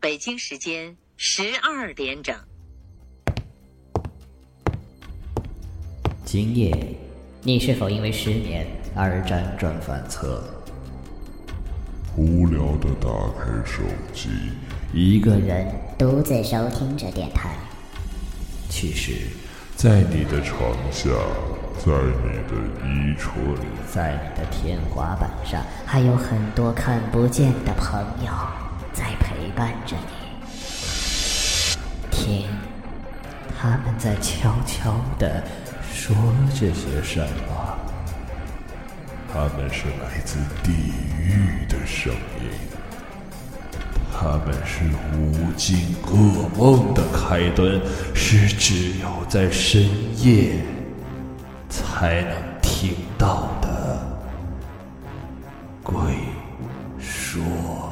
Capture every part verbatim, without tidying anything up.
北京时间十二点整。 今夜，你是否因为失眠而辗转反侧？ 无聊地打开手机， 一个人独自收听着电台。 其实， 在你的床下，在你的衣橱里， 在你的天花板上，还有很多看不见的朋友在陪伴着你。听，他们在悄悄地说着些什么。 他们是来自地狱的声音，他们是无尽噩梦的开端，是只有在深夜才能听到的鬼说。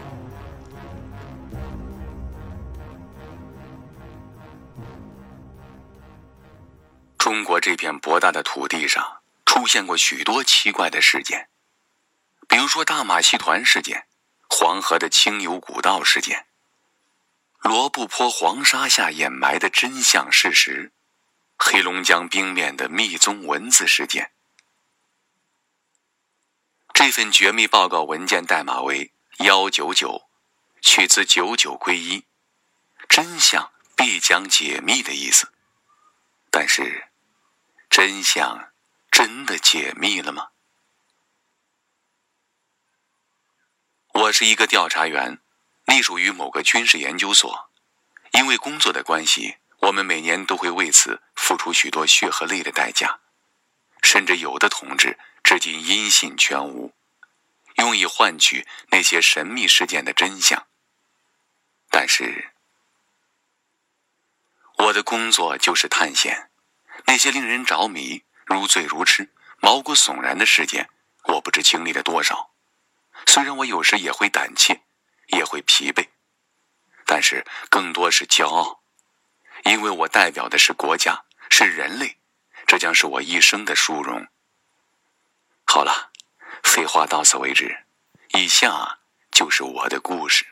中国这片博大的土地上出现过许多奇怪的事件，比如说大马戏团事件、黄河的清油古道事件、罗布泊黄沙下掩埋的真相事实、黑龙江冰面的密宗文字事件。这份绝密报告文件代码为一九九，取自九九归一，真相必将解密的意思。但是真相真的解密了吗？我是一个调查员，隶属于某个军事研究所。因为工作的关系，我们每年都会为此付出许多血和泪的代价，甚至有的同志至今音信全无，用以换取那些神秘事件的真相。但是我的工作就是探险，那些令人着迷、如醉如痴、毛骨悚然的事件，我不知经历了多少。虽然我有时也会胆怯，也会疲惫，但是更多是骄傲，因为我代表的是国家，是人类，这将是我一生的殊荣。好了，废话到此为止，以下就是我的故事。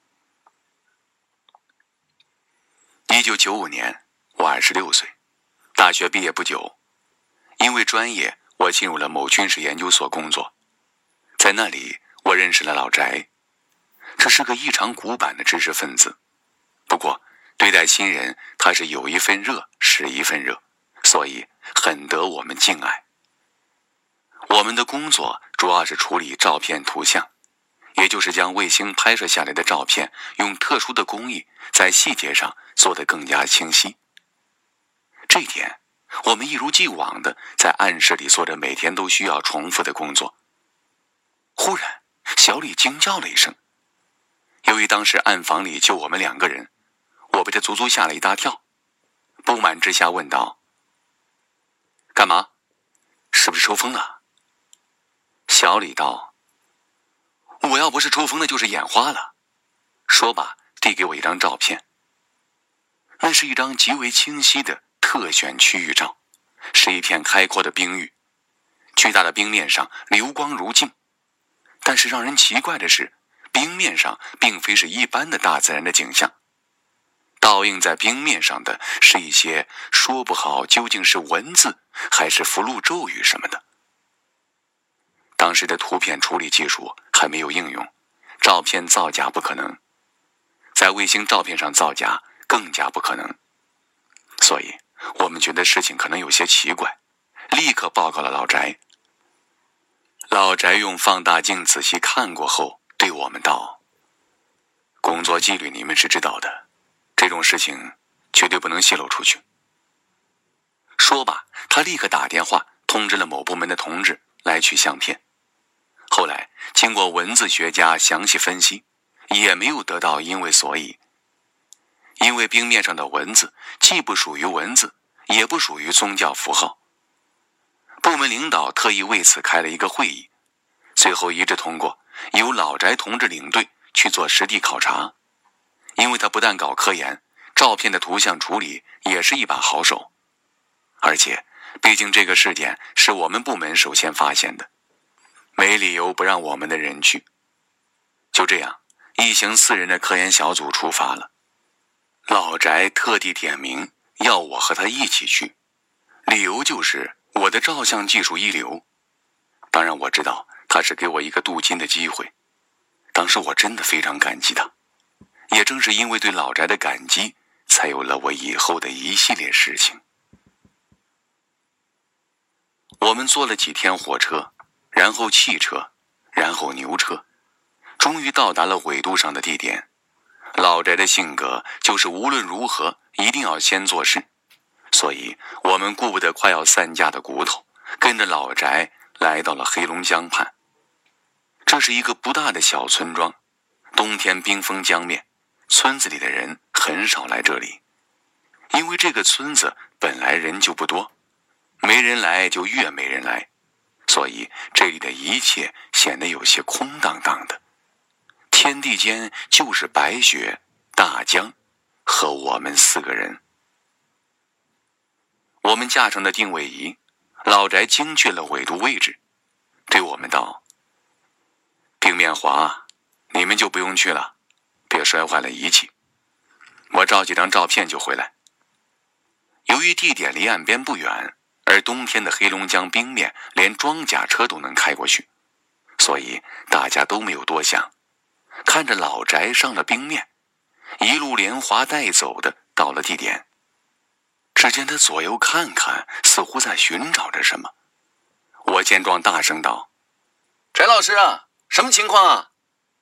一九九五年，我二十六岁，大学毕业不久，因为专业，我进入了某军事研究所工作。在那里，我认识了老翟，这是个异常古板的知识分子。不过，对待新人，他是有一份热，使一份热，所以很得我们敬爱。我们的工作主要是处理照片图像，也就是将卫星拍摄下来的照片用特殊的工艺在细节上做得更加清晰。这一点，我们一如既往地在暗室里做着每天都需要重复的工作。忽然，小李惊叫了一声。由于当时暗房里就我们两个人，我被他足足吓了一大跳，不满之下问道：干嘛？是不是抽风了？小李道：我要不是抽风那就是眼花了。说罢递给我一张照片，那是一张极为清晰的特选区域照，是一片开阔的冰域，巨大的冰面上流光如镜。但是让人奇怪的是，冰面上并非是一般的大自然的景象，倒映在冰面上的是一些说不好究竟是文字还是符箓咒语什么的。当时的图片处理技术还没有应用，照片造假不可能，在卫星照片上造假更加不可能。所以我们觉得事情可能有些奇怪，立刻报告了老翟。老翟用放大镜仔细看过后对我们道：工作纪律你们是知道的，这种事情绝对不能泄露出去。说罢，他立刻打电话通知了某部门的同志来取相片。后来经过文字学家详细分析，也没有得到因为所以。因为冰面上的文字既不属于文字，也不属于宗教符号。部门领导特意为此开了一个会议，最后一致通过由老翟同志领队去做实地考察。因为他不但搞科研，照片的图像处理也是一把好手。而且毕竟这个事件是我们部门首先发现的，没理由不让我们的人去。就这样， 一行四人的科研小组出发了。老翟特地点名要我和他一起去，理由就是我的照相技术一流。当然我知道他是给我一个镀金的机会，当时我真的非常感激他。也正是因为对老翟的感激，才有了我以后的一系列事情。我们坐了几天火车，然后汽车，然后牛车，终于到达了纬度上的地点。老翟的性格就是无论如何一定要先做事，所以我们顾不得快要散架的骨头，跟着老翟来到了黑龙江畔。这是一个不大的小村庄，冬天冰封江面，村子里的人很少来这里。因为这个村子本来人就不多，没人来就越没人来，所以这里的一切显得有些空荡荡的。天地间就是白雪、大江和我们四个人。我们架上的定位仪，老翟精确了纬度位置，对我们道：冰面滑，你们就不用去了，别摔坏了仪器，我照几张照片就回来。由于地点离岸边不远，而冬天的黑龙江冰面连装甲车都能开过去，所以大家都没有多想，看着老翟上了冰面，一路连滑带走的到了地点。只见他左右看看，似乎在寻找着什么。我见状大声道：翟老师啊，什么情况啊？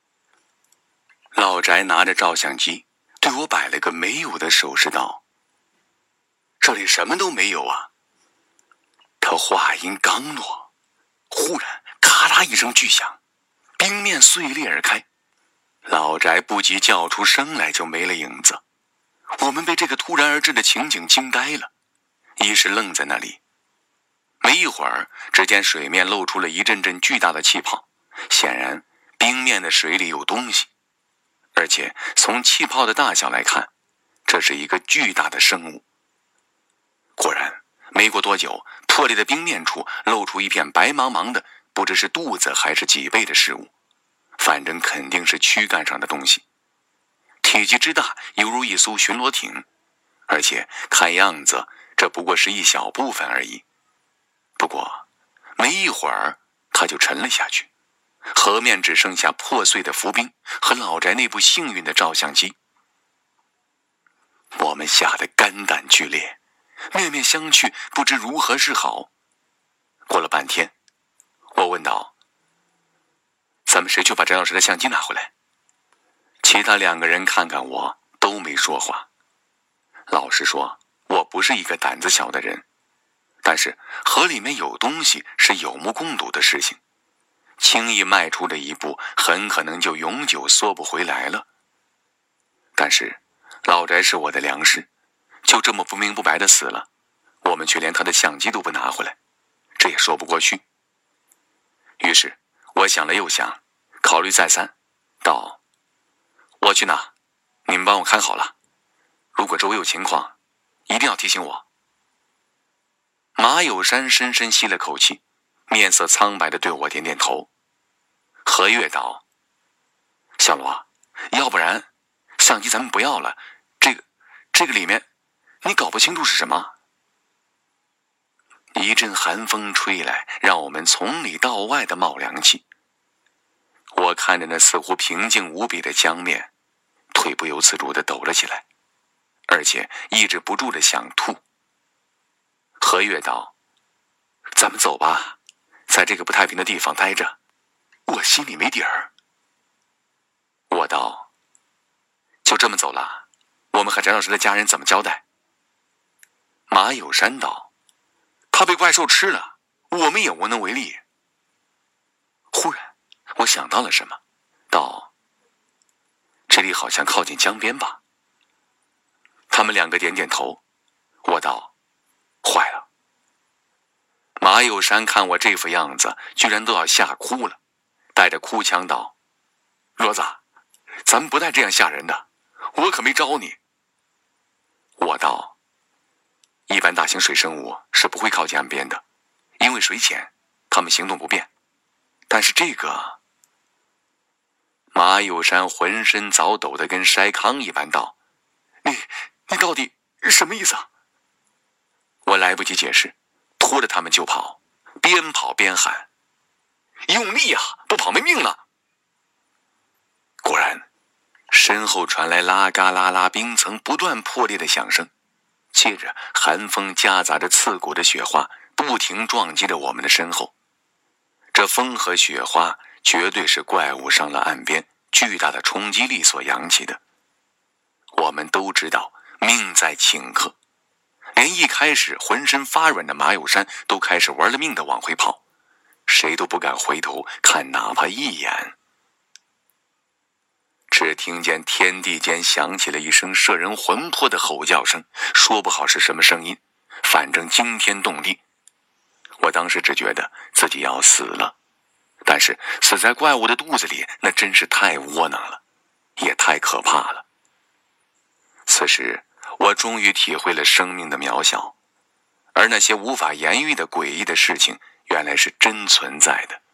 老翟拿着照相机对我摆了个没有的手势道：这里什么都没有啊。他话音刚落，忽然咔啦一声巨响，冰面碎裂而开，老翟不及叫出声来就没了影子。我们被这个突然而至的情景惊呆了，一时愣在那里。没一会儿，只见水面露出了一阵阵巨大的气泡，显然冰面的水里有东西，而且从气泡的大小来看，这是一个巨大的生物。果然没过多久，破裂的冰面处露出一片白茫茫的，不知是肚子还是脊背的事物，反正肯定是躯干上的东西。体积之大，犹如一艘巡逻艇，而且看样子这不过是一小部分而已。不过没一会儿它就沉了下去，河面只剩下破碎的浮冰和老翟那部幸运的照相机。我们吓得肝胆俱裂，面面相觑，不知如何是好。过了半天，我问道：咱们谁去把翟老师的相机拿回来？其他两个人看看我，都没说话。老实说，我不是一个胆子小的人，但是河里面有东西是有目共睹的事情，轻易迈出这一步，很可能就永久缩不回来了。但是老翟是我的良师，就这么不明不白的死了，我们却连他的相机都不拿回来，这也说不过去。于是我想了又想，考虑再三，道：我去拿，你们帮我看好了，如果周围有情况，一定要提醒我。马有山深深吸了口气，面色苍白地对我点点头。何月道：小罗，要不然相机咱们不要了，这个这个里面你搞不清楚是什么。一阵寒风吹来，让我们从里到外的冒凉气。我看着那似乎平静无比的江面，腿不由自主地抖了起来，而且抑制不住地想吐。何月道：咱们走吧，在这个不太平的地方待着，我心里没底儿。我道：就这么走了，我们和翟老师的家人怎么交代？马有山道：他被怪兽吃了，我们也无能为力。忽然我想到了什么，道：这里好像靠近江边吧？他们两个点点头。我道：坏了。马有山看我这副样子，居然都要吓哭了，带着哭腔道：骡子，咱们不带这样吓人的，我可没招你。我道：一般大型水生物是不会靠近岸边的，因为水浅，它们行动不便。但是这个…… 马有山浑身早抖得跟筛糠一般道：你你到底什么意思啊？我来不及解释，拖着他们就跑，边跑边喊：用力啊，不跑没命了！果然，身后传来啦嘎啦啦冰层不断破裂的响声，接着寒风夹杂着刺骨的雪花不停撞击着我们的身后。这风和雪花绝对是怪物上了岸边巨大的冲击力所扬起的。我们都知道命在顷刻，连一开始浑身发软的马有山都开始玩了命的往回跑，谁都不敢回头看哪怕一眼。只听见天地间响起了一声摄人魂魄的吼叫声，说不好是什么声音，反正惊天动地。我当时只觉得自己要死了，但是死在怪物的肚子里，那真是太窝囊了，也太可怕了。此时我终于体会了生命的渺小，而那些无法言喻的诡异的事情原来是真存在的。